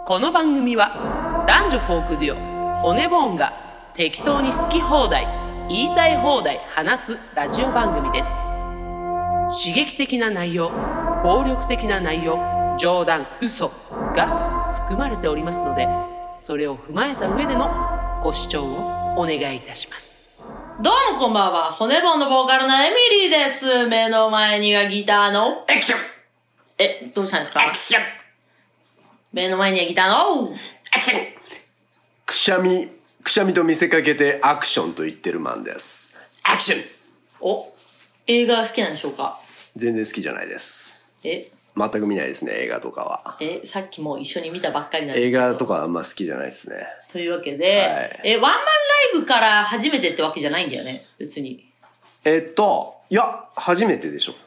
この番組は男女フォークデュオ骨ボーンが適当に好き放題言いたい放題話すラジオ番組です。刺激的な内容、暴力的な内容、冗談、嘘が含まれておりますので、それを踏まえた上でのご視聴をお願いいたします。 どうもこんばんは。骨ボーンのボーカルのエミリーです。目の前にはギターのアクション。 どうしたんですか？ アクション。 目の前にはギターのアクション。くしゃみと見せかけてアクションと言ってるマンです。アクション。 映画好きなんでしょうか？ 全然好きじゃないです。全く見ないですね、映画とかは。 さっきも一緒に見たばっかりなんですけど。 映画とかあんま好きじゃないですね。 というわけで、ワンマンライブから初めてってわけじゃないんだよね、別に。 いや、初めてでしょ。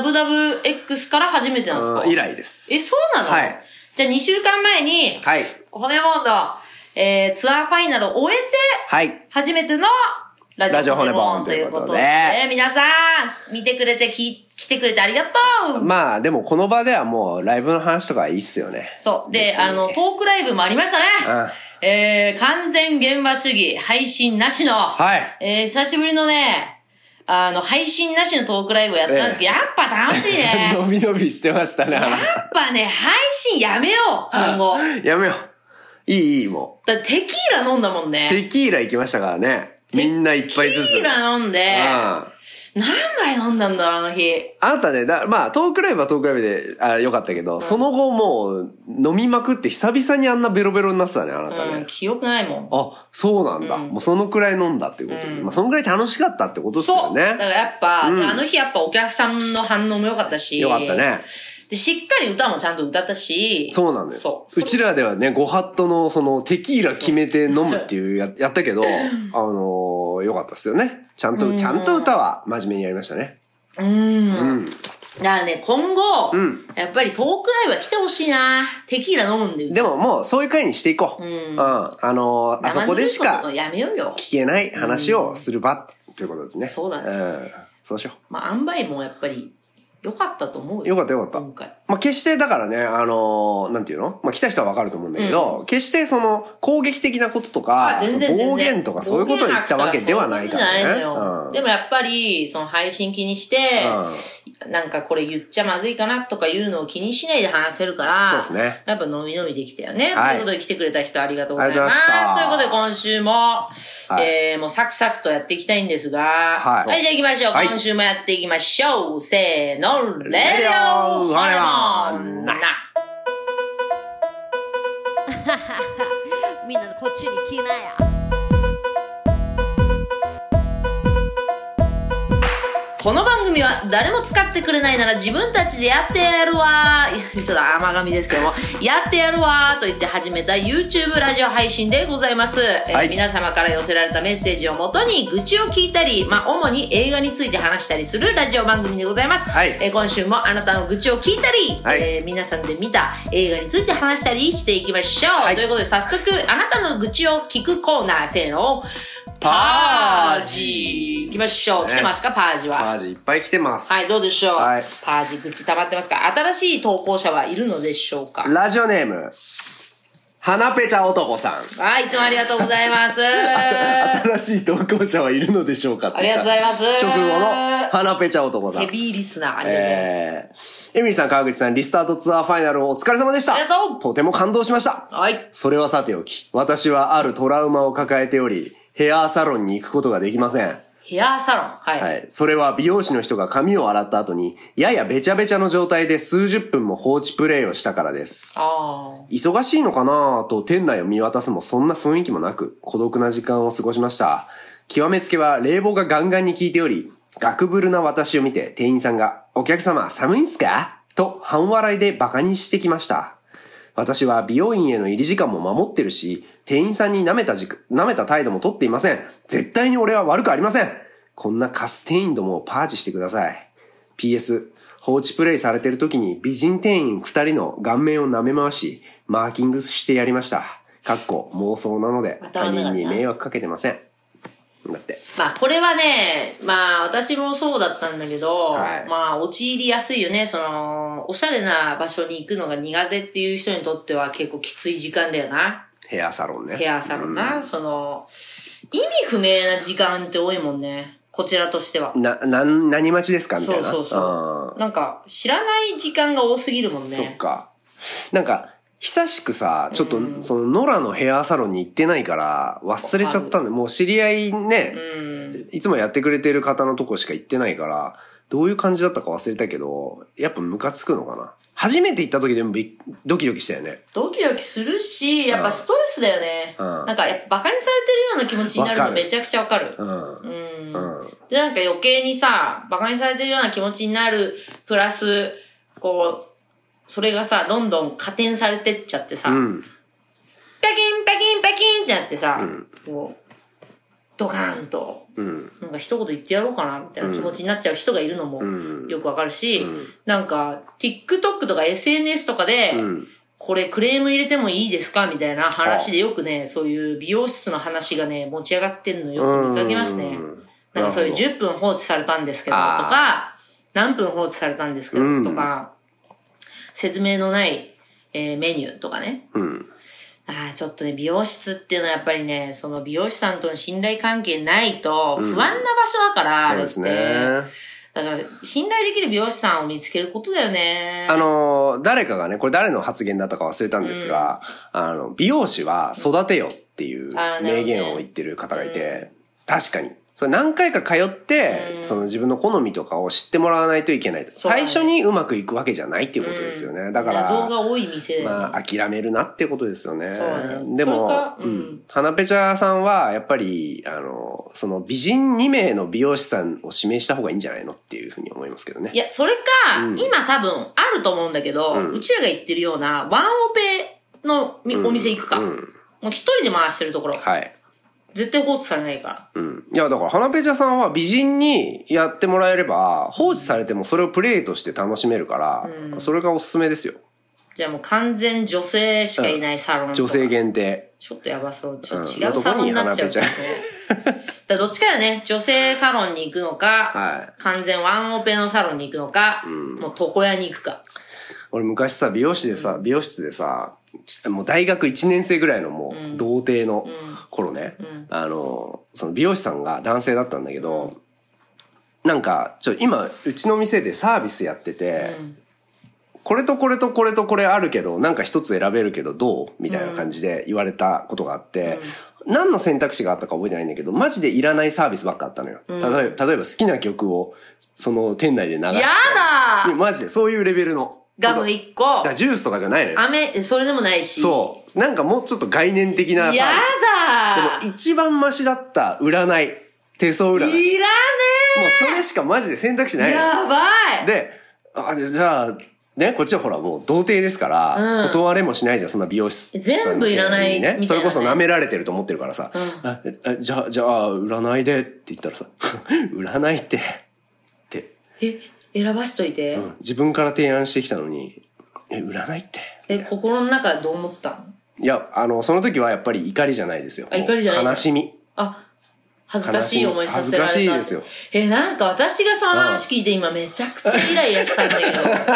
WWX から初めてなんですか？ 以来です。 そうなの？ はい。 じゃあ2週間前に、 はい。 骨ボーンの、ツアーファイナルを終えて、 はい。 初めてのラジオ骨ボーンということで、皆さん、見てくれて来てくれてありがとう。 まあ、でもこの場ではもうライブの話とかいいっすよね。 そう。で、トークライブもありましたね。完全現場主義、配信なしの、 はい。 久しぶりのね、配信なしのトークライブをやったんですけど、やっぱ楽しいね。 伸び伸びしてましたね。 やっぱね、配信やめよう、今後。 やめよう。いい、もう。 だテキーラ飲んだもんね。 テキーラ行きましたからね。みんな一杯ずつ。 テキーラ飲んで、何杯飲んだんだろう、あの日。 あなたね、まあ、トークライブはトークライブで、よかったけど、その後もう、飲みまくって久々にあんなベロベロになってたね、あなたね。 記憶ないもん。 あ、そうなんだ。もうそのくらい飲んだっていうことで。まあ、そのくらい楽しかったってことですよね。 そう。だからやっぱ、あの日やっぱお客さんの反応も良かったし。 よかったね。 で、しっかり歌もちゃんと歌ったし。 そうなんだよ。うちらではね、ご法度のそのテキーラ決めて飲むっていうやったけど、よかったっすよね。ちゃんと歌は真面目にやりましたね。 だからね、今後、やっぱりトークライブは来てほしいな。テキーラ飲むんで。 でももうそういう回にしていこう。あそこでしか聞けない話をする場ということですね。 そうだね。 そうしよう。 まあ、塩梅もやっぱり、よかったと思うよ。 よかった。今回。まあ、決してだからね、なんていうの？まあ、来た人はわかると思うんだけど、決してその、攻撃的なこととか、暴言とかそういうことを言ったわけではないからね。 そういうことじゃないのよ。でもやっぱり、その配信気にして、なんかこれ言っちゃまずいかなとかいうのを気にしないで話せるから、 そうですね。 やっぱ伸び伸びできたよね。ということで来てくれた人ありがとうございます。 ありがとうございました。 ということで今週も、もうサクサクとやっていきたいんですが、はい、じゃあ行きましょう。今週もやっていきましょう。せーの、レディオ骨ボーンな。 みんなこっちに来なや。 この番組は誰も使ってくれないなら自分たちでやってやるわー。ちょっと甘噛みですけども、やってやるわーと言って始めた YouTube ラジオ配信でございます。皆様から寄せられたメッセージをもとに愚痴を聞いたり、主に映画について話したりするラジオ番組でございます。今週もあなたの愚痴を聞いたり、皆さんで見た映画について話したりしていきましょう。ということで早速、あなたの愚痴を聞くコーナー、せーの。パージ行きましょう。来てますか、パージは。 パージいっぱい来てます。 はい、どうでしょう。パージ愚痴溜まってますか？新しい投稿者はいるのでしょうか？ ラジオネーム、花ペチャ男さん。 はい、いつもありがとうございます。 新しい投稿者はいるのでしょうか？ ありがとうございます。 直後の花ペチャ男さん。 ヘビーリスナー、ありがとうございます。 エミリーさん、川口さん、リスタートツアーファイナルお疲れ様でした。 ありがとう。 とても感動しました。 はい。 それはさておき、私はあるトラウマを抱えており、ヘアサロンに行くことができません。 ヘアサロン。はい。 それは美容師の人が髪を洗った後に、ややべちゃべちゃの状態で数十分も放置プレイをしたからです。忙しいのかなと店内を見渡すもそんな雰囲気もなく、孤独な時間を過ごしました。極めつけは冷房がガンガンに効いており、ガクブルな私を見て店員さんが、お客様寒いんすかと半笑いでバカにしてきました。私は美容院への入り時間も守ってるし、店員さんに舐めた態度も取っていません。絶対に俺は悪くありません。こんなカス店員どもをパージしてください。PS、放置プレイされてる時に美人店員2人の顔面を舐め回し、マーキングしてやりました。妄想なので他人に迷惑かけてません。 だって。 まあこれはね、まあ私もそうだったんだけど、はい、まあ陥りやすいよね。その、おしゃれな場所に行くのが苦手っていう人にとっては結構きつい時間だよな。 ヘアサロンね。 ヘアサロンな。その、意味不明な時間って多いもんね。こちらとしては。 何待ちですかみたいな。 そう。なんか、知らない時間が多すぎるもんね。 そっか。なんか、久しくさ、ちょっと、その、ノラのヘアサロンに行ってないから、忘れちゃったんで、もう知り合いね、いつもやってくれてる方のとこしか行ってないから、どういう感じだったか忘れたけど、やっぱムカつくのかな。初めて行った時でもドキドキしたよね。 ドキドキするし、やっぱストレスだよね。なんか、バカにされてるような気持ちになるのめちゃくちゃわかる。で、なんか余計にさ、バカにされてるような気持ちになる、プラス、こう、それがさ、どんどん加点されてっちゃってさ、ペキンペキンペキンってなってさ、こう、ドカーンと、なんか一言言ってやろうかな、みたいな気持ちになっちゃう人がいるのもよくわかるし、なんか、TikTok とか SNS とかで、これクレーム入れてもいいですかみたいな話でよくね、そういう美容室の話がね、持ち上がってんのよく見かけますね。なんかそういう10分放置されたんですけど、とか、何分放置されたんですけど、とか、説明のない、メニューとかね。ちょっとね、美容室っていうのはやっぱりね、その美容師さんとの信頼関係ないと不安な場所だから、あれって。そうですね。だから、信頼できる美容師さんを見つけることだよね。 誰かがね、これ誰の発言だったか忘れたんですが、美容師は育てよっていう名言を言ってる方がいて、確かに。それ何回か通って、その自分の好みとかを知ってもらわないといけない。最初にうまくいくわけじゃないっていうことですよね。だから。 謎が多い店だよね。 まあ、諦めるなってことですよね。 そうね。 でも、花ペチャさんは、やっぱり、その美人2名の美容師さんを指名した方がいいんじゃないのっていうふうに思いますけどね。 いや、それか、今多分あると思うんだけど、うちらが言ってるような、ワンオペのお店行くか。もう一人で回してるところ。はい。絶対放置されないから。 いや、だから、花ペチャさんは美人にやってもらえれば、放置されてもそれをプレイとして楽しめるから、それがおすすめですよ。 じゃあもう完全女性しかいないサロンとか。 女性限定。 ちょっとやばそう。ちょっと違うサロンになっちゃうからね。だどっちかだね、女性サロンに行くのか、完全ワンオペのサロンに行くのか、もう床屋に行くか。 俺昔さ、美容室でさ、もう大学1年生ぐらいのもう、童貞の頃ね、その美容師さんが男性だったんだけど、なんか、今、うちの店でサービスやってて、これとこれとこれとこれあるけど、なんか一つ選べるけどどうみたいな感じで言われたことがあって、何の選択肢があったか覚えてないんだけど、マジでいらないサービスばっかあったのよ。例えば好きな曲を、その店内で流して。 やだマジで、そういうレベルの。 ガム1個。 ジュースとかじゃないのよ。 それでもないし。 そう。なんかもうちょっと概念的なサービス。 やだでも一番マシだった占い。手相占い。 いらねえ。もうそれしかマジで選択肢ないの。 やばい。 で、じゃあ、ね、こっちはほらもう童貞ですから、断れもしないじゃん、そんな美容師さん、ね。 全部いらないみたいな、ね。 それこそ舐められてると思ってるからさ、じゃあ、占いでって言ったらさ、占いって、 選ばしといて、 自分から提案してきたのに、占いって。 心の中でどう思ったの？ いや、その時はやっぱり怒りじゃないですよ。 怒りじゃない。 悲しみ。 恥ずかしい思いさせられた。 恥ずかしいですよ。 なんか私がその話聞いて今めちゃくちゃイライラしたんだけど。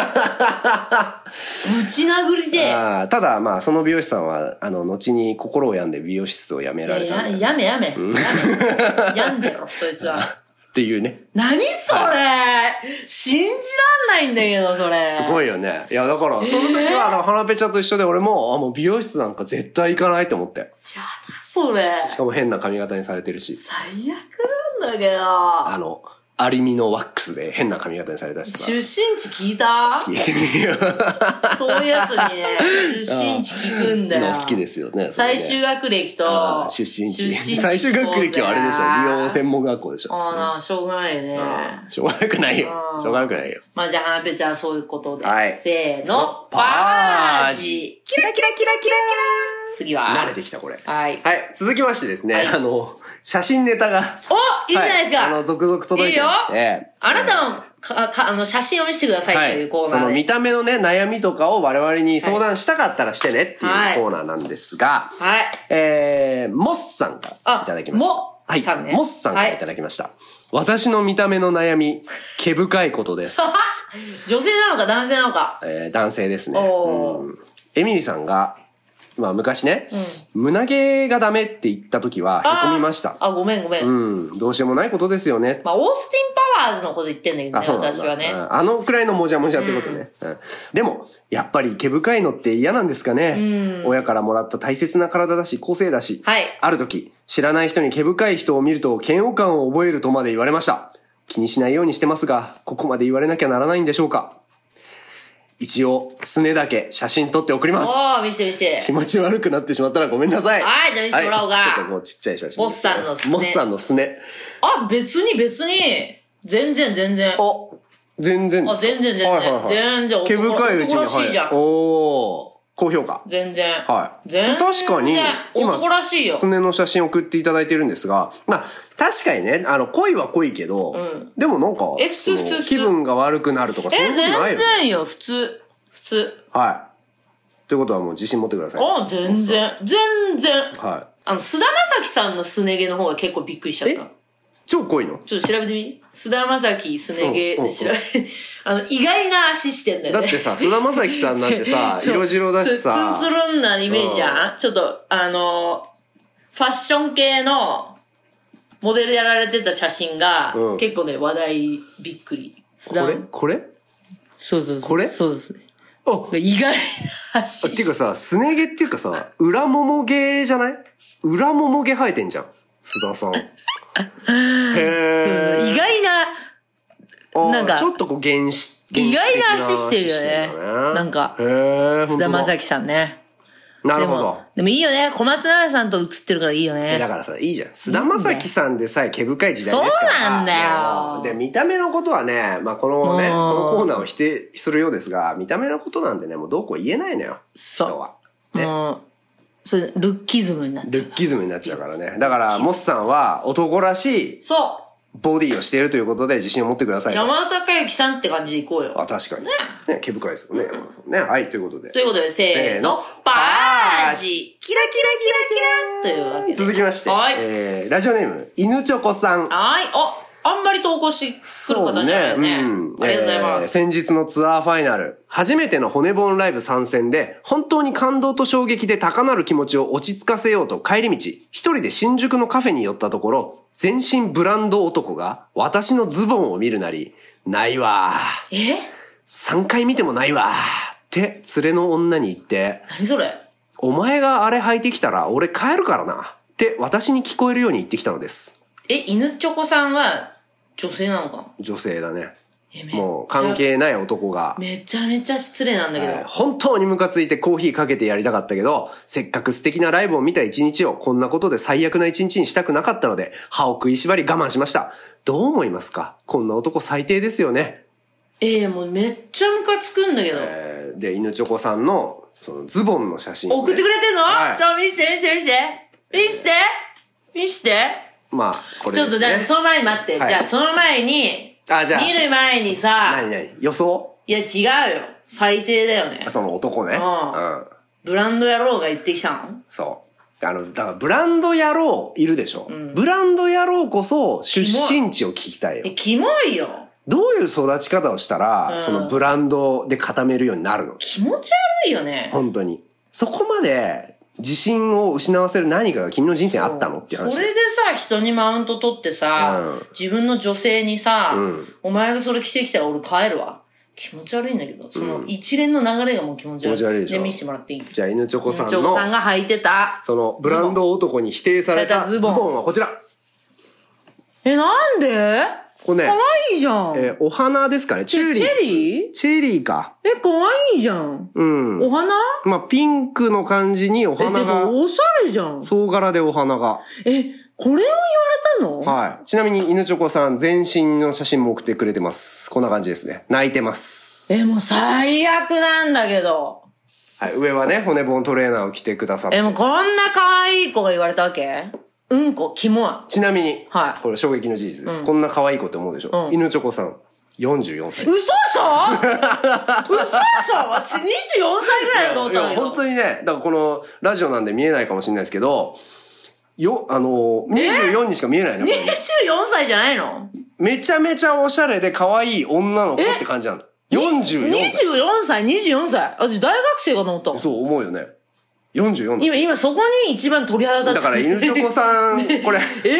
ぶち殴りで。 ただまあその美容師さんは、後に心を病んで美容室を辞められたんで。 やめ。病んでろ、そいつは。 っていうね。 何それ、信じらんないんだけど、それ。 すごいよね。いや、だから、その時は、花ペチャと一緒で俺も、もう美容室なんか絶対行かないと思って。やだ、 それ。 しかも変な髪型にされてるし。 最悪なんだけど。 アルミのワックスで変な髪型にされたしさ。 出身地聞いた？ 聞いてみよう。 そういうやつにね、出身地聞くんだよ。 好きですよね。 最終学歴と、 出身地。最終学歴はあれでしょ。美容専門学校でしょ。 しょうがないね。 しょうがなくないよ。しょうがなくないよ。 まあじゃあ、花ペチはそういうことで。 はい。 せーの、パージ。キラキラキラキラキラ。次は慣れてきた、これ。 はい。 はい。続きましてですね、写真ネタが。 いいじゃないですか。 続々届いてまして。 あなたの写真を見せてくださいというコーナーで。 その見た目のね、悩みとかを我々に相談したかったらしてねっていうコーナーなんですが、モッさんからいただきました。 はい。 さんね。 モスさんからいただきました。私の見た目の悩み、毛深いことです。 女性なのか男性なのか。 男性ですね。エミリさんが、まあ昔ね、胸毛がダメって言った時はへこみました。 ごめん。 どうしようもないことですよね。 まあ、オースティンパワーズのこと言ってんだけどね、私はね。 あのくらいのもじゃもじゃってことね。でも、やっぱり毛深いのって嫌なんですかね。親からもらった大切な体だし、個性だし。 はい。 ある時、知らない人に毛深い人を見ると嫌悪感を覚えるとまで言われました。気にしないようにしてますが、ここまで言われなきゃならないんでしょうか。一応、すねだけ写真撮って送ります。 見せて。 気持ち悪くなってしまったらごめんなさい。 はい、じゃあ見せてもらおうか。 ちょっともうちっちゃい写真。 モスさんのすね。 モスさんのすね。 別に。全然。 全然。 全然。 毛深いうちに。 男らしいじゃん。 高評価。 全然。 はい。 確かに、 男らしいよ。 すねの写真送っていただいてるんですが、まあ、確かにね、恋は濃いけど、でもなんか、 普通。 気分が悪くなるとか、そういうことないよ。 全然よ、普通。 はい。ということはもう自信持ってください。 全然。 はい。 菅田将暉さんのすね毛の方が結構びっくりしちゃった。 超濃いの？ ちょっと調べてみ。菅田将暉すね毛で調べ、意外な足してんだよね。 だってさ、菅田将暉さんなんてさ、色白だしさ。 ツンツルンなイメージじゃん？ちょっと、ファッション系のモデルやられてた写真が、結構ね、話題びっくり。 これそう。 これそうですね。意外な足。 っていうかさ、すね毛っていうかさ、裏もも毛じゃない？裏もも毛生えてんじゃん。須田さん。 へー。意外な、なんか、 ちょっとこう意外な足してるよね。なんか、菅田将暉さんね。 なるほど。 でもいいよね。小松菜奈さんと写ってるからいいよね。 だからさ、いいじゃん。菅田将暉さんでさえ毛深い時代ですから。 そうなんだよ。 で、見た目のことはね、まあこのコーナーを否定するようですが、見た目のことなんてね、もうどうこう言えないのよ。人は。 もう、それ、ルッキズムになっちゃう。 ルッキズムになっちゃうからね。だから、モスさんは男らしい。ボディをしているということで自信を持ってください。 山田孝之さんって感じでいこうよ。 確かに。ね、毛深いですよね。ね、はい、ということで。 せーの。パージキラキラキラキラというわけで。 続きまして。ラジオネーム、犬チョコさん。 はい。あんまり投稿してくる方じゃないよね。ありがとうございます。 先日のツアーファイナル、初めての骨盆ライブ参戦で、本当に感動と衝撃で高鳴る気持ちを落ち着かせようと帰り道、一人で新宿のカフェに寄ったところ、全身ブランド男が私のズボンを見るなり、ないわー。3回見てもないわー。って連れの女に言って、 何それ？ お前があれ履いてきたら俺帰るからな。って私に聞こえるように言ってきたのです。 犬チョコさんは女性なのかな？ 女性だね。もう関係ない男が。 めちゃめちゃ失礼なんだけど。 本当にムカついてコーヒーかけてやりたかったけど、せっかく素敵なライブを見た一日をこんなことで最悪な一日にしたくなかったので、歯を食いしばり我慢しました。どう思いますか？こんな男最低ですよね。 もうめっちゃムカつくんだけど。 で、犬チョコさんの、そのズボンの写真、 送ってくれてんの？ちょ、見せて。まあ、これですね。ちょっと、じゃあ、その前に待って。じゃあ、その前に、見る前にさ、 何予想？ いや、違うよ。最低だよね。 その男ね。 ブランド野郎が言ってきたの？ そう。だからブランド野郎いるでしょ。ブランド野郎こそ出身地を聞きたいよ。 キモいよ。 どういう育ち方をしたら、そのブランドで固めるようになるの？ 気持ち悪いよね。 本当に。そこまで自信を失わせる何かが君の人生にあったのっていう話。 それでさ、人にマウント取ってさ、自分の女性にさ、お前がそれ着てきたら俺帰るわ。気持ち悪いんだけど、その一連の流れがもう気持ち悪い。 気持ち悪いでしょ。 で、見せてもらっていい？ じゃあ、犬チョコさんの。 犬チョコさんが履いてた。 その、ブランド男に否定されたズボンはこちら。 なんで？ これね。 かわいいじゃん。 お花ですかね？チェリー？チェリーか。 かわいいじゃん。お花？ まあ、ピンクの感じにお花が。 おしゃれじゃん。 総柄でお花が。 これを言われたの？ はい。ちなみに、犬チョコさん、全身の写真も送ってくれてます。こんな感じですね。泣いてます。 もう最悪なんだけど。 はい。上はね、骨盆トレーナーを着てくださって。 もうこんな可愛い子が言われたわけ？うんこ、キモい。 ちなみに、 はい。 これ衝撃の事実です。こんな可愛い子って思うでしょ。犬チョコさん、44歳。 嘘でしょ？嘘でしょ？私24歳ぐらいだと思ったのよ。 本当にね、だからこのラジオなんで見えないかもしれないですけど、 24にしか見えないの。 24歳じゃないの？ めちゃめちゃおしゃれで可愛い女の子って感じなの。44 歳。24歳。私大学生かと思った。 そう思うよね。44歳。 今そこに一番鳥肌立ちだから犬チョコさん、これ。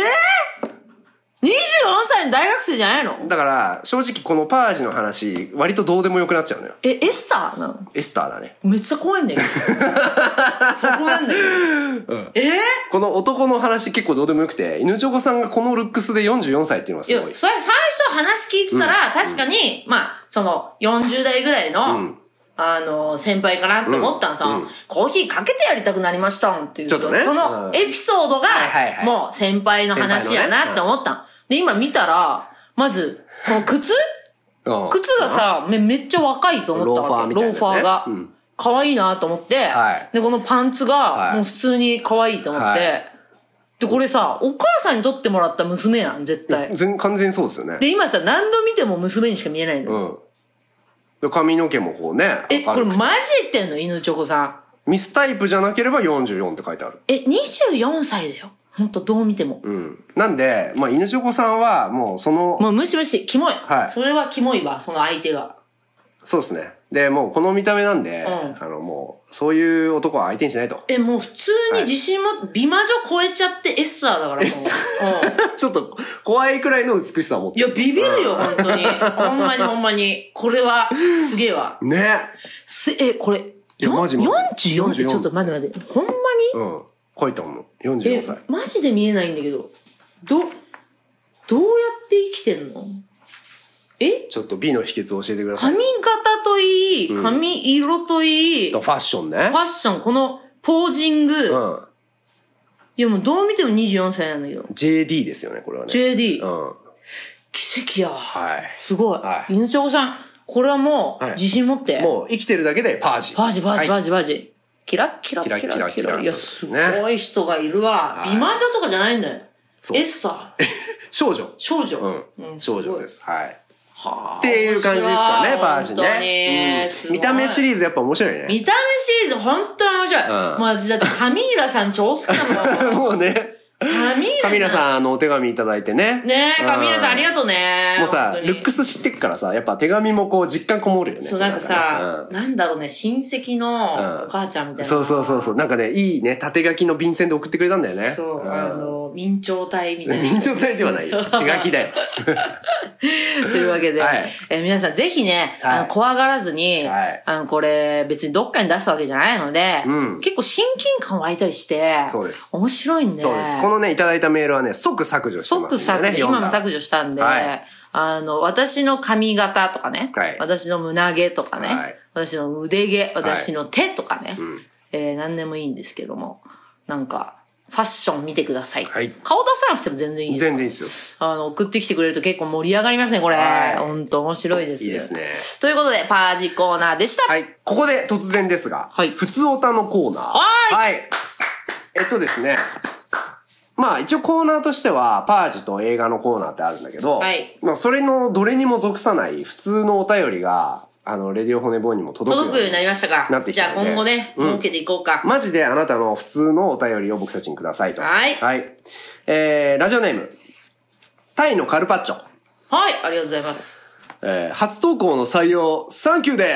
24歳の大学生じゃないの？ だから、正直このパージの話、割とどうでもよくなっちゃうのよ。 エスターなの？ エスターだね。 めっちゃ怖いんだけど。そこなんだけど。 この男の話結構どうでもよくて、犬チョコさんがこのルックスで44歳っていうのはすごい。 それ最初話聞いてたら、確かに、その40代ぐらいの、先輩かなって思ったのさ、コーヒーかけてやりたくなりましたっていう。 ちょっとね。 そのエピソードが、もう先輩の話やなって思ったの。で、今見たら、まず、この靴がさ、めっちゃ若いと思ったわけ。ローファーが。可愛いなと思って、で、このパンツが、もう普通に可愛いと思って、で、これさ、お母さんに撮ってもらった娘やん、絶対。 完全にそうですよね。 で、今さ、何度見ても娘にしか見えないの。 髪の毛もこうね。 これマジ言ってんの？犬チョコさん。 ミスタイプじゃなければ44って書いてある。 24歳だよ。ほんとどう見ても。 なんで、犬チョコさんはもうもう無視、キモい。それはキモいわ、その相手が。 そうですね。で、もうこの見た目なんで、もう、そういう男は相手にしないと。 もう普通に自信も、美魔女超えちゃってエスターだからもう。 ちょっと怖いくらいの美しさを持ってる。 いや、ビビるよ、本当に。ほんまに。これは、すげえわ。 ね。 これ、 いや、マジ。 44ってちょっと待って。ほんまに？ 書いてあるの。44歳。 マジで見えないんだけど。どうやって生きてんの？ ちょっと美の秘訣を教えてください。 髪型といい、髪色といい、 ファッションね。 ファッション、このポージング。いやもうどう見ても24歳なんだけど。 JD ですよね、これはね。 JD。奇跡やわ。すごい。犬チョコさん、これはもう自信持って。 もう生きてるだけでパージ。 パージ。キラッキラ。いや、すごい人がいるわ。美魔女とかじゃないんだよ。エスター。 少女。 少女です。はい。っていう感じですかね、パージね。見た目シリーズやっぱ面白いね。 見た目シリーズ本当に面白い。もう私だってカミーラさん超好きなの。 もうね。カミーラさんお手紙いただいてね。 カミーラさんありがとうね。 もうさ、ルックス知ってっからさ、やっぱ手紙もこう実感こもるよね。 そう、なんかさ、なんだろうね、親戚のお母ちゃんみたいな。 そう。なんかね、いいね、縦書きの便箋で送ってくれたんだよね。 そう、明朝体みたいな。 明朝体ではないよ。手書きだよ。 というわけで、皆さんぜひね、怖がらずに、これ別にどっかに出すわけじゃないので、結構親近感湧いたりして、 そうです。 面白いんで。 そうです。このね、いただいたメールはね、即削除してますんでね。 今も削除したんで、私の髪型とかね、私の胸毛とかね、私の腕毛、私の手とかね、何でもいいんですけども、なんか、ファッション見てください。顔出さなくても全然いいです。 全然いいですよ。 送ってきてくれると結構盛り上がりますね、これ。ほんと面白いです。 いいですね。 ということで、パージコーナーでした。 ここで突然ですが、ふつおたのコーナー。ですね。一応コーナーとしては、パージと映画のコーナーってあるんだけど、それのどれにも属さない普通のお便りが、レディオ骨ボーンにも届くようになりましたか。 なってきたので。 じゃあ今後ね、設けていこうか。 マジであなたの普通のお便りを僕たちにくださいと。ラジオネーム、タイのカルパッチョ。 ありがとうございます。 初投稿の採用、サンキューです。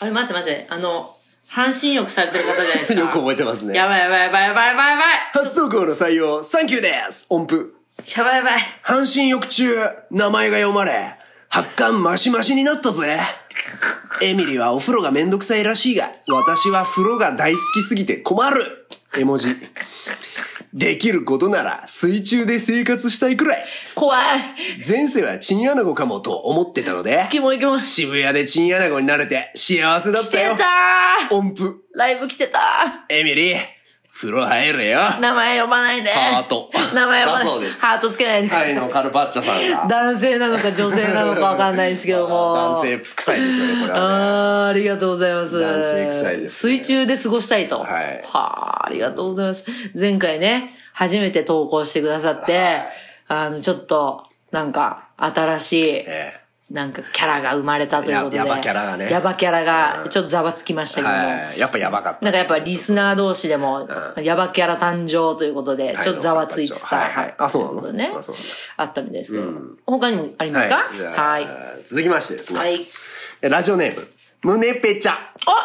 待って。半身浴されてる方じゃないですか。 よく覚えてますね。 やばい。 初投稿の採用、サンキューです。音符。 やばい。 半身浴中、名前が読まれ、発汗マシマシになったぜ。エミリはお風呂がめんどくさいらしいが、私は風呂が大好きすぎて困る。絵文字。できることなら水中で生活したいくらい。 怖い。 前世はチンアナゴかもと思ってたので、 キモい。 渋谷でチンアナゴになれて幸せだったよ。 来てた音符。 ライブ来てた。 エミリー、風呂入れよ。 名前呼ばないで。 ハート。 名前呼ばない。 そうです。 ハートつけないで。 タイのカルパッチョさんが。 男性なのか女性なのかわかんないですけども。 男性臭いですよね、これは、 ありがとうございます。 男性臭いです、 水中で過ごしたいと。 ありがとうございます。前回ね、初めて投稿してくださって、ちょっと、なんか、新しい、 なんかキャラが生まれたということで。 ヤバキャラがね。 ヤバキャラがちょっとざわつきましたけども。 はい。やっぱヤバかった。 なんかやっぱリスナー同士でも、ヤバキャラ誕生ということで、ちょっとざわついてた。 はいはい。あ、そうなのね。あったみたいですけど。他にもありますか？はい。 続きましてですね。 はい。 ラジオネーム、むねぺちゃ。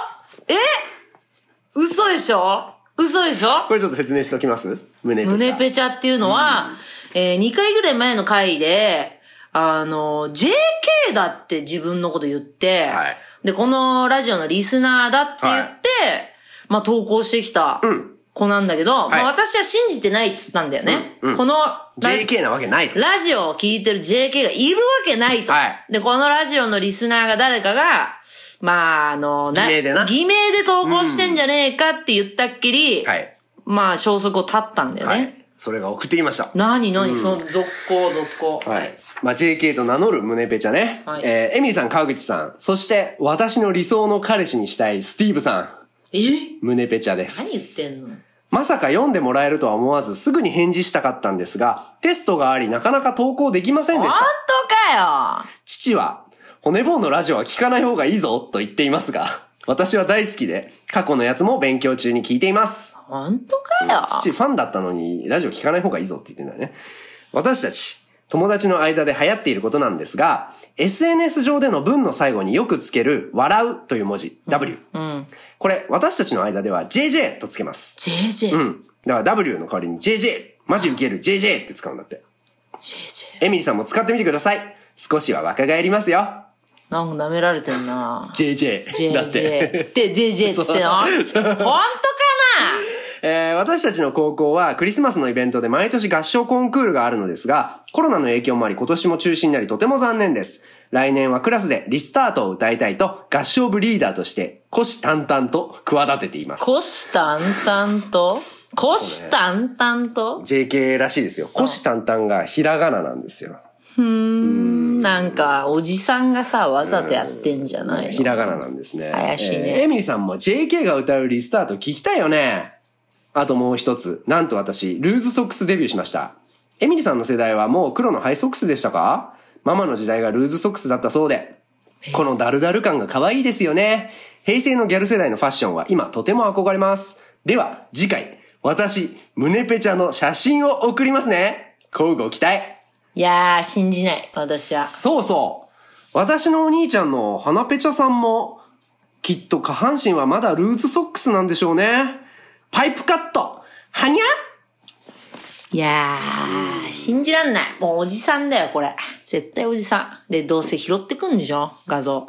嘘でしょ？嘘でしょ？ これちょっと説明しておきます？むねぺちゃ。 むねぺちゃっていうのは、2回ぐらい前の回で、JK だって自分のこと言って、はい、で、このラジオのリスナーだって言って、はい、まあ投稿してきた子なんだけど、まあ私は信じてないって言ったんだよね。この JK なわけないと。 ラジオを聞いてる JK がいるわけないと。はい、で、このラジオのリスナーが誰かが、まあ偽名で投稿してんじゃねえかって言ったっきり、まあ消息を絶ったんだよね。はい、 それが送ってきました。 何、その続行。 はい。まあ、JK と名乗る胸ペチャね。はい、エミリさん、川口さん。そして、私の理想の彼氏にしたいスティーブさん。胸ペチャです。 何言ってんの？ まさか読んでもらえるとは思わず、すぐに返事したかったんですが、テストがあり、なかなか投稿できませんでした。 本当かよ。 父は、骨ボーンのラジオは聞かない方がいいぞ、と言っていますが、私は大好きで、過去のやつも勉強中に聞いています。 本当かよ。 父ファンだったのに、ラジオ聞かない方がいいぞって言ってんだよね。私たち、友達の間で流行っていることなんですが、SNS 上での文の最後によくつける、笑うという文字、W。これ、私たちの間では JJ とつけます。 JJ？ だから W の代わりに JJ、マジウケる JJ って使うんだって。 JJ。 エミリさんも使ってみてください。少しは若返りますよ。 なんか舐められてんな。 JJ。だって。 で、JJ っつっての？本当かな？ 私たちの高校はクリスマスのイベントで毎年合唱コンクールがあるのですが、コロナの影響もあり今年も中止になりとても残念です。来年はクラスでリスタートを歌いたいと合唱部リーダーとして虎視眈々と企てています。 虎視眈々と虎視眈々と JK らしいですよ。虎視眈々がひらがななんですよ。 なんか、おじさんがさ、わざとやってんじゃないの？ ひらがななんですね。 怪しいね。 エミリさんも JK が歌うリスタート聞きたいよね。あともう一つ。なんと私、ルーズソックスデビューしました。エミリさんの世代はもう黒のハイソックスでしたか？ママの時代がルーズソックスだったそうで。このダルダル感が可愛いですよね。平成のギャル世代のファッションは今とても憧れます。では、次回、私、胸ペチャの写真を送りますね。乞うご期待。 いやー、信じない、私は。 そうそう。私のお兄ちゃんの花ペチャさんも、きっと下半身はまだルーズソックスなんでしょうね。パイプカットはにゃ？ いやー、信じらんない。もうおじさんだよ、これ。絶対おじさん。で、どうせ拾ってくんでしょ？画像。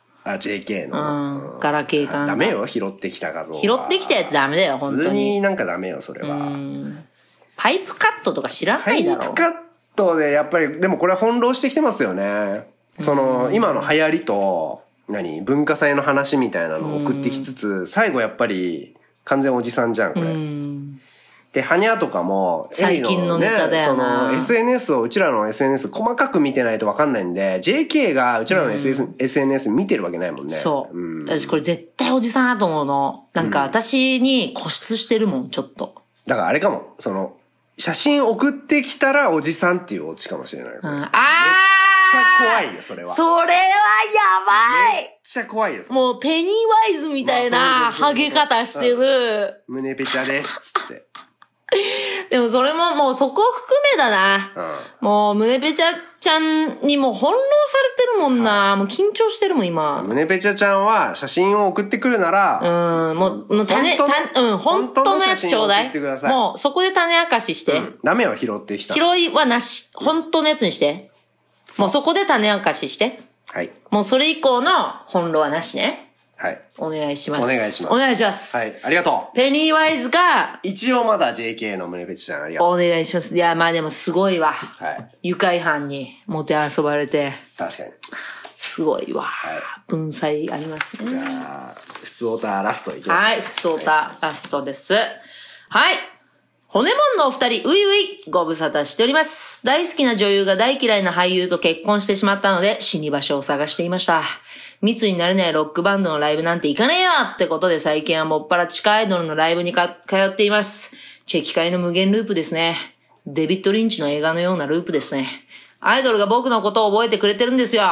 JK の。 ガラケーか。 ダメよ、拾ってきた画像。 拾ってきたやつダメだよ、本当に。 普通になんかダメよ、それは。 パイプカットとか知らないだろ。 パイプカットで、やっぱり、でもこれは翻弄してきてますよね。今の流行りと、文化祭の話みたいなのを送ってきつつ、最後やっぱり、完全おじさんじゃん、これ。で、はにゃとかも、 最近のネタだよな。 SNS を、うちらの SNS 細かく見てないとわかんないんで、JK がうちらの SNS 見てるわけないもんね。 そう。私これ絶対おじさんだと思うの。なんか私に固執してるもん、ちょっと。 だからあれかも、写真送ってきたらおじさんっていうオチかもしれない。めっちゃ怖いよ、それは。 それはやばい！ めっちゃ怖いよ。 もうペニーワイズみたいなハゲ方してる。 胸ペチャです、つって。 でもそれももうそこ含めだな。もう胸ペチャちゃんにもう翻弄されてるもんな。もう緊張してるもん今。 胸ペチャちゃんは写真を送ってくるなら、 もう本当のやつちょうだい。もうそこで種明かしして。 ダメは拾ってきた。 拾いはなし。本当のやつにして。もうそこで種明かしして。 はい。 もうそれ以降の翻弄はなしね。 はい。 お願いします。 お願いします。 お願いします。 はい。ありがとう。 ペニーワイズが、 一応まだ JK の胸ペチちゃんありがとう。 お願いします。いや、まあでもすごいわ。 はい。 愉快犯にもてあそばれて。 確かに。 すごいわ。 はい。 文才ありますね。 じゃあ、普通オタラストいきます。 はい。普通オタラストです。はい。骨もんのお二人、ういうい、ご無沙汰しております。大好きな女優が大嫌いな俳優と結婚してしまったので、死に場所を探していました。密になれないロックバンドのライブなんて行かねえよってことで最近はもっぱら地下アイドルのライブに通っています。チェキ界の無限ループですね。デビッド・リンチの映画のようなループですね。アイドルが僕のことを覚えてくれてるんですよ。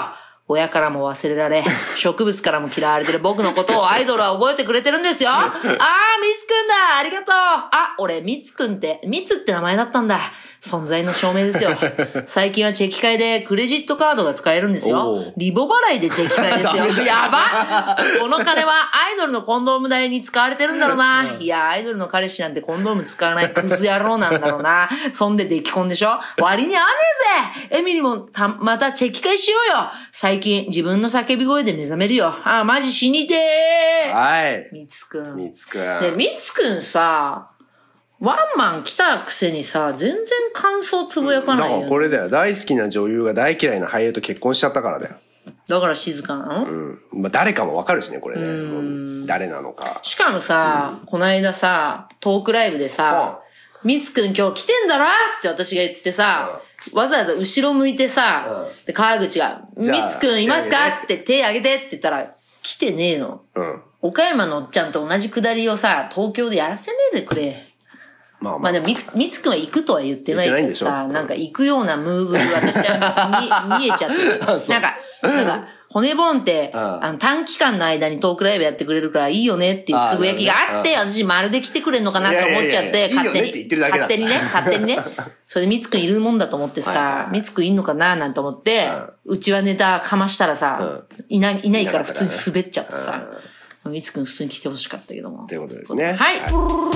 親からも忘れられ、植物からも嫌われてる僕のことをアイドルは覚えてくれてるんですよ。あー、みつくんだ、ありがとう。あ、俺、みつくんって、みつって名前だったんだ。存在の証明ですよ。最近はチェキ会でクレジットカードが使えるんですよ。リボ払いでチェキ会ですよ。やばこの金はアイドルのコンドーム代に使われてるんだろうな。いや、アイドルの彼氏なんてコンドーム使わないクズ野郎なんだろうな。そんで出来婚でしょ。割に合わねえぜ。エミリもまたチェキ会しようよ。最近自分の叫び声で目覚めるよ。あ、マジ死にてー。 はい。 みつくん。 みつくん。 で、みつくんさ、ワンマン来たくせにさ、全然感想つぶやかないよ、ね。 だからこれだよ。大好きな女優が大嫌いな俳優と結婚しちゃったからだよ。 だから静かなの？ まあ誰かもわかるしね、これね。誰なのか。 しかもさ、この間さ、トークライブでさ、みつくん今日来てんだろって私が言ってさ、わざわざ後ろ向いてさ、で、川口が、みつくんいますかって手挙げてって言ったら、来てねえの。岡山のおっちゃんと同じくだりをさ、東京でやらせねえでくれ。まあでも、みつくんは行くとは言ってないけどさ、なんか行くようなムーブ私は見えちゃってる。なんか、骨ボンって、短期間の間にトークライブやってくれるからいいよねっていうつぶやきがあって、私まるで来てくれんのかなって思っちゃって、勝手にね。それでみつくんいるもんだと思ってさ、みつくんいんのかななんて思って、うちはネタかましたらさ、いないから普通に滑っちゃってさ、みつくん普通に来てほしかったけども。 ということですね。 はい。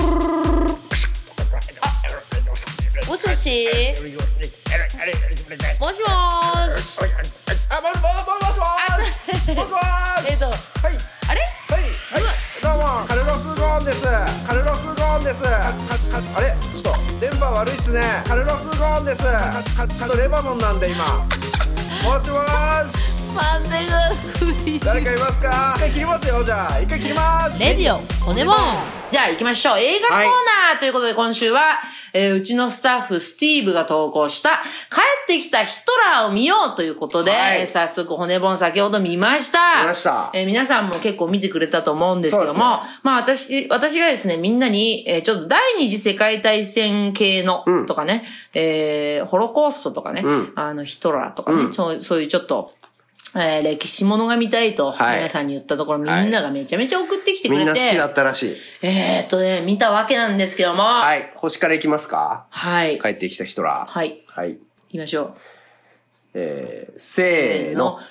もしもしもしもーしもしもーしはい。 あれどうもカルロス・ゴーンです。あれちょっと電波悪いっすね。カルロス・ゴーンです。ちゃんとレバノンなんで今。もしもーしマンデが誰かいますか？一回切りますよ。じゃあ一回切ります。 レディオ骨もん。じゃあ行きましょう。映画コーナーということで今週は、うちのスタッフスティーブが投稿した帰ってきたヒトラーを見ようということで、早速骨本先ほど見ました。皆さんも結構見てくれたと思うんですけども、まあ私がですね、みんなに、ちょっと第二次世界大戦系のとかね、ホロコーストとかね、ヒトラーとかね、そういうちょっと、歴史ものが見たいと皆さんに言ったところ、みんながめちゃめち行ってきてくれて、 みんな好きだったらしい。 見たわけなんですけども。 はい。星から行きますか？ はい。 帰ってきたヒトラー。 はい。 はい。 行きましょう。 せーの。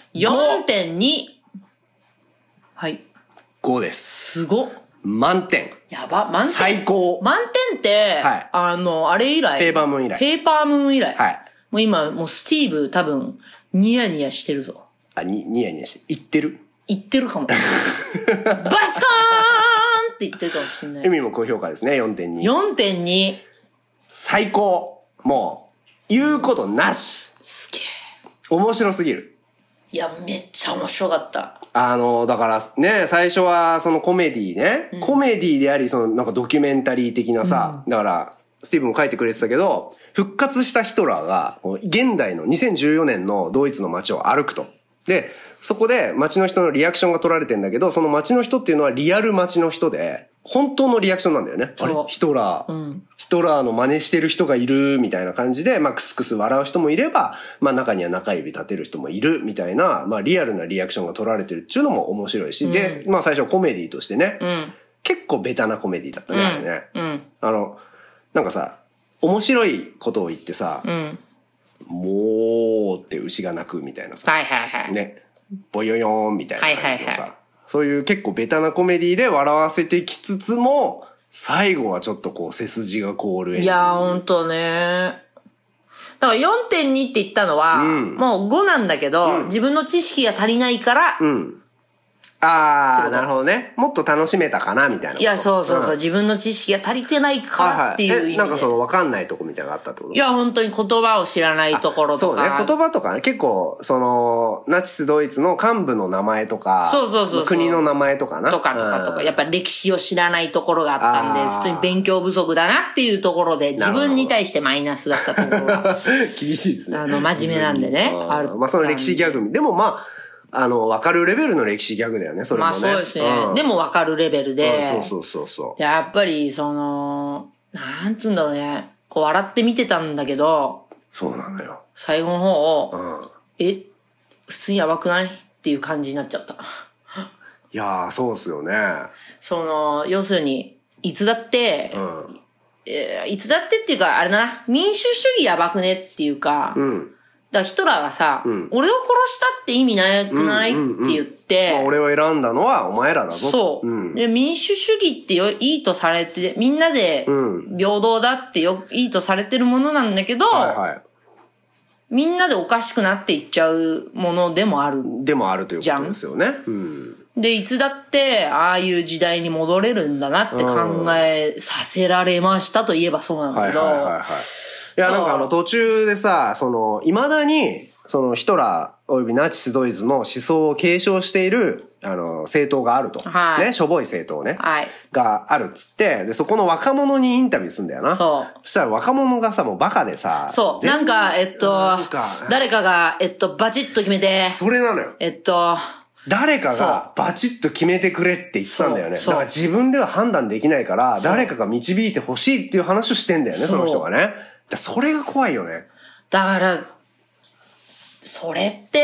4.2。はい。 5です。 すごっ。 満点。 やば、満点。 最高。 満点って、あれ以来。 ペーパームーン以来。 ペーパームーン以来。 はい。 もう今、スティーブ多分、ニヤニヤしてるぞ。 ニヤニヤして、言ってるかも。バスコーンって言ってるかもしれない。 エミも高評価ですね、4.2。 4.2。 最高。もう、言うことなし。 すげえ。 面白すぎる。 いや、めっちゃ面白かった。 だからね、最初はそのコメディね、コメディであり、なんかドキュメンタリー的なさ、だから、スティーブンも書いてくれてたけど、復活したヒトラーが、現代の2014年のドイツの街を歩くと。で、そこで街の人のリアクションが取られてんだけど、その街の人っていうのはリアル街の人で、本当のリアクションなんだよね。あれヒトラーの真似してる人がいるみたいな感じで、クスクス笑う人もいれば、中には中指立てる人もいるみたいな、リアルなリアクションが取られてるっていうのも面白いし、で、最初コメディとしてね、結構ベタなコメディだったね、あれね。なんかさ、面白いことを言ってさ、もうって牛が鳴くみたいなさ。ね。ボヨヨーンみたいな感じのさ。そういう結構ベタなコメディで笑わせてきつつも、最後はちょっと背筋が凍る。 いやー、ほんとね。だから 4.2 って言ったのは、もう5なんだけど、自分の知識が足りないから、 なるほどね。もっと楽しめたかなみたいな。 いや、そう。自分の知識が足りてないからっていう意味で。 なんか分かんないとこみたいなのがあったってこと？ いや、本当に言葉を知らないところとか。 そうね。言葉とかね、結構、ナチスドイツの幹部の名前とか、国の名前とかな。 とか。やっぱり歴史を知らないところがあったんで、普通に勉強不足だなっていうところで、自分に対してマイナスだったところが。 厳しいですね。 真面目なんでね。 その歴史ギャグ。でもわかるレベルの歴史ギャグだよね、それもね。 そうですね。でもわかるレベルで。 そう。 やっぱり、なんつうんだろうね。笑って見てたんだけど。 そうなのよ。 最後の方を、 普通にやばくないっていう感じになっちゃった。いやー、そうっすよね。 要するに、いつだって、いつだってっていうか、あれだな、民主主義やばくねっていうか、だからヒトラーがさ、俺を殺したって意味なくないって言って、 まあ、俺を選んだのはお前らだぞ。 そう。で民主主義っていいとされて、みんなで平等だっていいとされてるものなんだけど、みんなでおかしくなっていっちゃうものでもある。 でもあるということですよね。 で、いつだって、ああいう時代に戻れるんだなって考えさせられましたといえばそうなんだけど。 いや、なんか途中でさ、未だに、ヒトラー及びナチスドイツの思想を継承している、政党があると。ね、しょぼい政党ね。があるっつって、で、そこの若者にインタビューすんだよな。そしたら若者がさ、もうバカでさ。 そう。なんか、誰かが、バチッと決めて。 それなのよ。誰かがバチッと決めてくれって言ってたんだよね。だから自分では判断できないから、誰かが導いてほしいっていう話をしてんだよね、その人がね。それが怖いよね。 だから、それって、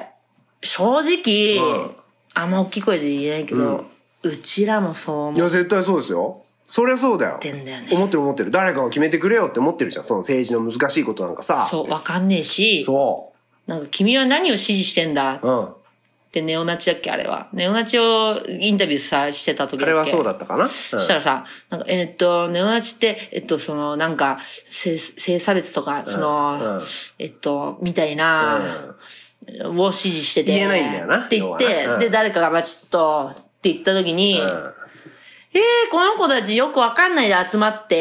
正直、あんま大きい声で言えないけど、うちらもそう思う。 いや、絶対そうですよ。そりゃそうだよ。思ってる。誰かが決めてくれよって思ってるじゃん。その政治の難しいことなんかさ。 そう、わかんねえし。 そう。 なんか君は何を支持してんだってネオナチだっけあれは。ネオナチをインタビューしてた時だっけ。 あれはそうだったかな。 そしたらさ、なんかネオナチって、なんか、性差別とか、みたいな、を支持してて。 言えないんだよな。 って言って、で、誰かがバチッとって言った時に、この子たちよくわかんないで集まって、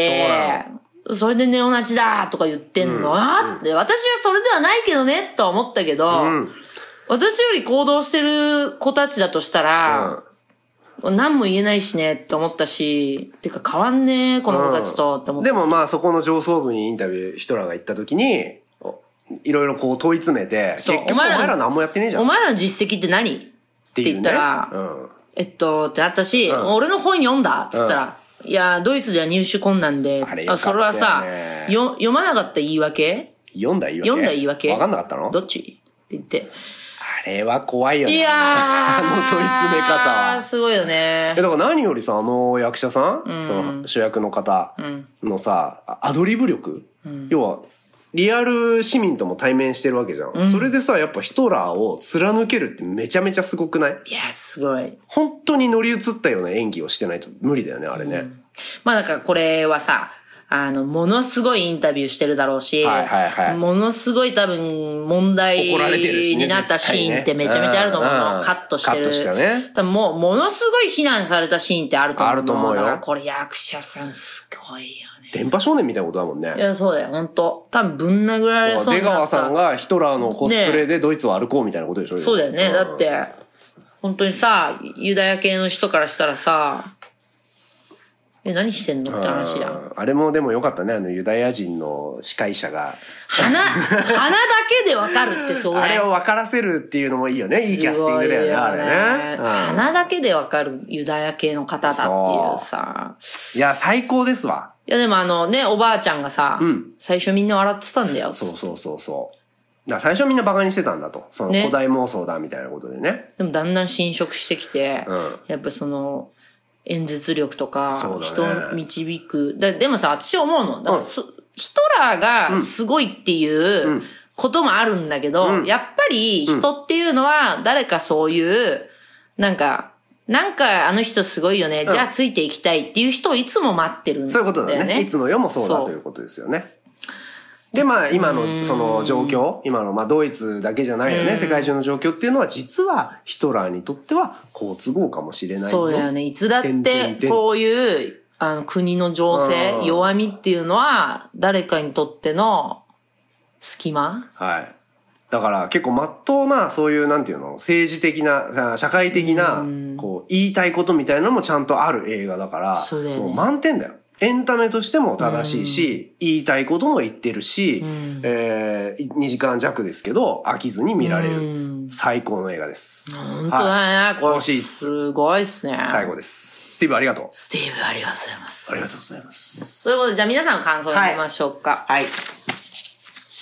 それでネオナチだとか言ってんのって私はそれではないけどね、とは思ったけど、私より行動してる子たちだとしたら、何も言えないしねって思ったし、てか変わんねえ、この子たちとって思ったし。 でもまあそこの上層部にインタビューヒトラーが行った時に、いろいろこう問い詰めて、結局お前ら何もやってねえじゃん。 お前らの実績って何って言ったら、ってなったし、俺の本読んだっつったら、いや、ドイツでは入手困難で、それはさ、読まなかった言い訳読んだ言い訳わかんなかったのどっちって言って。 あれは怖いよね。 いやー。 問い詰め方は。 すごいよね。 だから何よりさ、役者さん、その主役の方のさ、アドリブ力、要は、リアル市民とも対面してるわけじゃん。それでさ、やっぱヒトラーを貫けるってめちゃめちゃすごくない？ いや、すごい。 本当に乗り移ったような演技をしてないと無理だよね、あれね。 まあだからこれはさ、ものすごいインタビューしてるだろうし、ものすごい多分問題になったシーンってめちゃめちゃあると思うの。カットしてる。カットしたね。多分ものすごい非難されたシーンってあると思うの。 あると思うよ。 だからこれ役者さんすごいよね。 電波少年みたいなことだもんね。 いや、そうだよ、ほんと。多分ぶん殴られそうになった。出川さんがヒトラーのコスプレでドイツを歩こうみたいなことでしょ。 そうだよね。だって、本当にさ、ユダヤ系の人からしたらさ、何してんのって話や。 あれもでもよかったね、ユダヤ人の司会者が。 鼻だけでわかるってそうね。 あれを分からせるっていうのもいいよね。いいキャスティングだよね、あれね。 鼻だけでわかるユダヤ系の方だっていうさ。 いや、最高ですわ。 いやでもおばあちゃんがさ、最初みんな笑ってたんだよ。 そう。最初みんなバカにしてたんだと。その古代妄想だみたいなことでね。 でもだんだん侵食してきて、やっぱ演説力とか、人を導く。でもさ、私思うの。だからヒトラーがすごいっていうこともあるんだけど、やっぱり人っていうのは誰かそういう、なんかあの人すごいよね。じゃあついていきたいっていう人をいつも待ってるんだよね。 そういうことだね。いつの世もそうだということですよね。で、まあ、今のその状況、今のドイツだけじゃないよね、世界中の状況っていうのは、実はヒトラーにとっては好都合かもしれないよ。 そうだよね。いつだって、そういう、国の情勢、弱みっていうのは、誰かにとっての隙間？ はい。だから結構真っ当な、そういうなんていうの、政治的な、社会的な、こう、言いたいことみたいなのもちゃんとある映画だから、 そうだよね、 もう満点だよ。エンタメとしても正しいし、言いたいことも言ってるし、2時間弱ですけど、飽きずに見られる。最高の映画です。 本当だね、これ。 しい。 すごいっすね。 最高です。スティーブありがとう。 スティーブありがとうございます。 ありがとうございます。 ということで、じゃあ皆さんの感想を見ましょうか。 はい。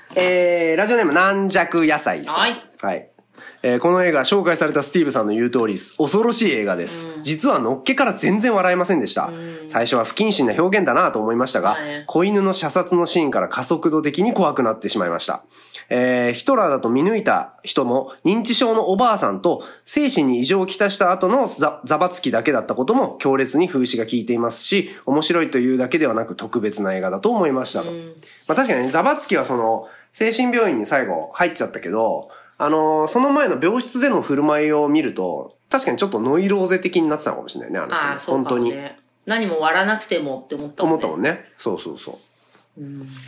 ラジオネーム軟弱野菜さん。 はい。 はい。この映画、紹介されたスティーブさんの言う通り、恐ろしい映画です。実はのっけから全然笑えませんでした。最初は不謹慎な表現だなと思いましたが、子犬の射殺のシーンから加速度的に怖くなってしまいました。ヒトラーだと見抜いた人も、認知症のおばあさんと、精神に異常をきたした後のザバつきだけだったことも強烈に風刺が効いていますし、面白いというだけではなく特別な映画だと思いましたと。まあ確かにね、ザバつきは精神病院に最後入っちゃったけど、その前の病室での振る舞いを見ると、確かにちょっとノイローゼ的になってたのかもしれないね、 ああ、そうかもね。本当に。何も割らなくてもって思ったもんね。 思ったもんね。そうそうそう。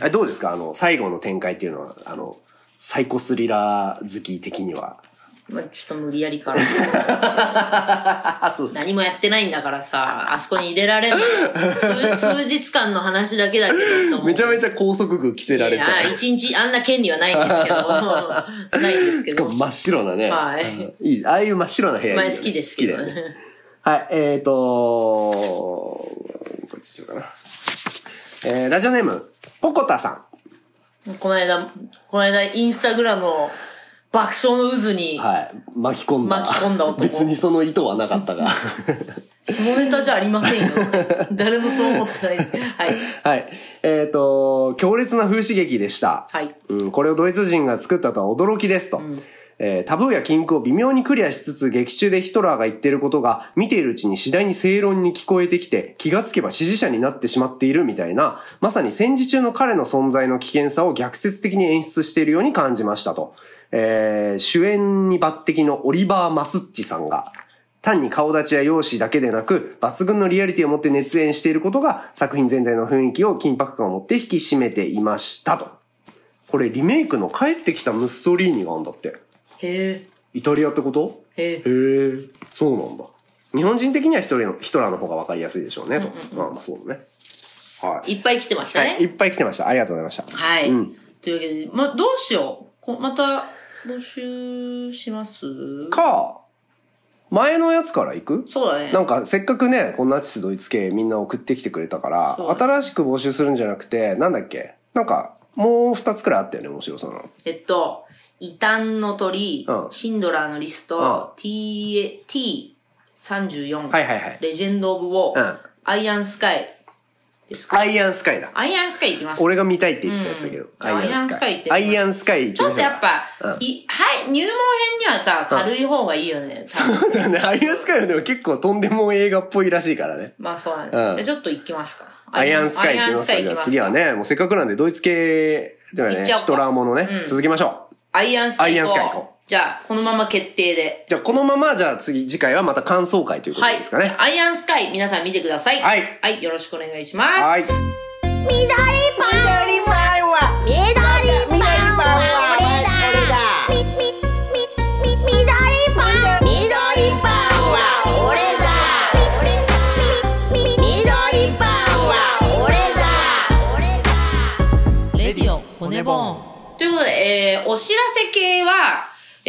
どうですか最後の展開っていうのは、サイコスリラー好き的には。 まあ、ちょっと無理やりから。 そう何もやってないんだからさ、あそこに入れられる数日間の話だけだけど。 めちゃめちゃ拘束具着せられてた。 一日、あんな権利はないんですけど。ないんですけど。 しかも真っ白なね。 はい。 いい。ああいう真っ白な部屋前好きですけどね。 はい、こっちしようかな。ラジオネーム、ポコタさん。この間、インスタグラムを、爆笑の渦に。 はい。巻き込んだ男。 別にその意図はなかったが。 下ネタじゃありませんよ。誰もそう思ってない。はい。 はい。強烈な風刺劇でした。 はい。 これをドイツ人が作ったとは驚きですと。タブーや禁句を微妙にクリアしつつ、劇中でヒトラーが言っていることが、見ているうちに次第に正論に聞こえてきて、気がつけば支持者になってしまっているみたいな、まさに戦時中の彼の存在の危険さを逆説的に演出しているように感じましたと。主演に抜擢のオリバー・マスッチさんが、単に顔立ちや容姿だけでなく、抜群のリアリティを持って熱演していることが、作品全体の雰囲気を緊迫感を持って引き締めていましたと。これリメイクの帰ってきたムッソリーニがあるんだって。 へー。イタリアってこと？ へー。そうなんだ。日本人的にはヒトラーの方が分かりやすいでしょうね、と。まあそうだね。 はい。いっぱい来てましたね。 はい、いっぱい来てました。ありがとうございました。 はい。というわけで、どうしよう。また、募集します前のやつから行く？ そうだね。 なんかせっかくね、このナチスドイツ系みんな送ってきてくれたから、新しく募集するんじゃなくて、なんだっけ？なんか、もう2つくらいあったよね、面白そうなの。 異端の鳥、シンドラーのリスト、T34、レジェンド・オブ・ウォー、アイアンスカイですか？ アイアンスカイだ。 アイアンスカイ行きます。 俺が見たいって言ってたやつだけど。 アイアンスカイって。 アイアンスカイ行きましょう。 ちょっとやっぱ、入門編にはさ、軽い方がいいよね。 そうだね。アイアンスカイはでも結構とんでも映画っぽいらしいからね。 まあそうだね。じゃあちょっと行きますか。 アイアンスカイ行きますか。じゃあ次はね、もうせっかくなんでドイツ系ではね、ヒトラーものね、続けましょう。 アイアンスカイ行こう。じゃあ、このまま決定で。 じゃあ、このまま、じゃあ次回はまた感想会ということですかね。 はい。アイアンスカイ、皆さん見てください。 はい。 はい、よろしくお願いします。 はい。 緑パンは俺だ。緑パンは俺だ。 レディオ骨ボーン。ということで、お知らせ系は、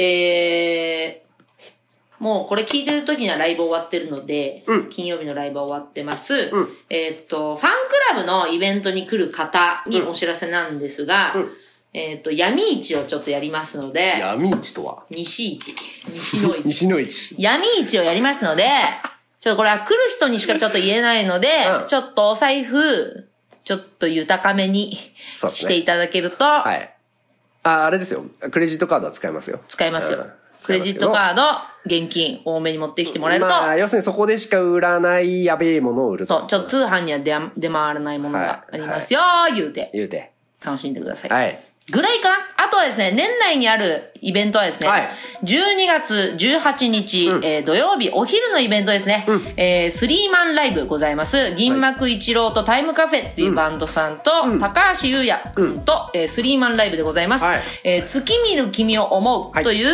もうこれ聞いてる時にはライブ終わってるので、金曜日のライブは終わってます。ファンクラブのイベントに来る方にお知らせなんですが、闇市をちょっとやりますので、 闇市とは西の市。 西の市。 闇市をやりますので、ちょっとこれは来る人にしかちょっと言えないので、ちょっとお財布、ちょっと豊かめにしていただけると、 はい。あれですよ。クレジットカードは使えますよ。 使えますよ。クレジットカード、現金多めに持ってきてもらえると。 まあ、要するにそこでしか売らないやべえものを売ると。 そう、ちょっと通販には出回らないものがありますよ、言うて。楽しんでください。 はい。 ぐらいかな。あとはですね、年内にあるイベントはですね、12月18日、土曜日お昼のイベントですね、スリーマンライブございます。銀幕一郎とタイムカフェっていうバンドさんと、高橋優也くんと、スリーマンライブでございます。月見る君を思うという、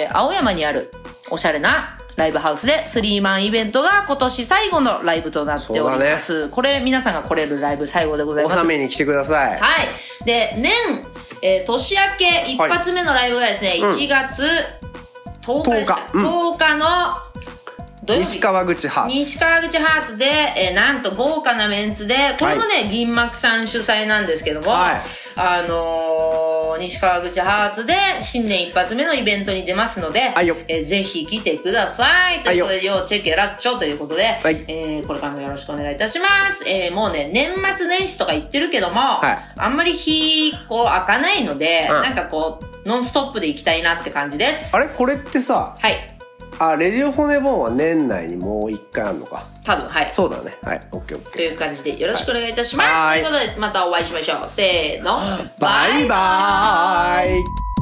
青山にあるおしゃれなライブハウスでスリーマンイベントが今年最後のライブとなっております。これ皆さんが来れるライブ最後でございます。 納めに来てください。 はい。で、年明け一発目のライブがですね、1月10日でした。10日の土曜日西川口ハーツ。 西川口ハーツで、なんと豪華なメンツで、これもね、銀幕さん主催なんですけども、 はい西川口ハーツで新年一発目のイベントに出ますので、 はいよぜひ来てください。ということで、要チェケラッチョということで、 はいこれからもよろしくお願いいたします。もうね、年末年始とか言ってるけども、 はいあんまり日、開かないので、 うんなんかノンストップで行きたいなって感じです。 あれこれってさ、 はい。 レディオ骨ボーンは年内にもう一回あるのか。 多分、はい。 そうだね。はい。オッケーオッケー。 という感じでよろしくお願いいたします。 はいということで、またお会いしましょう。せーの。 バイバーイ。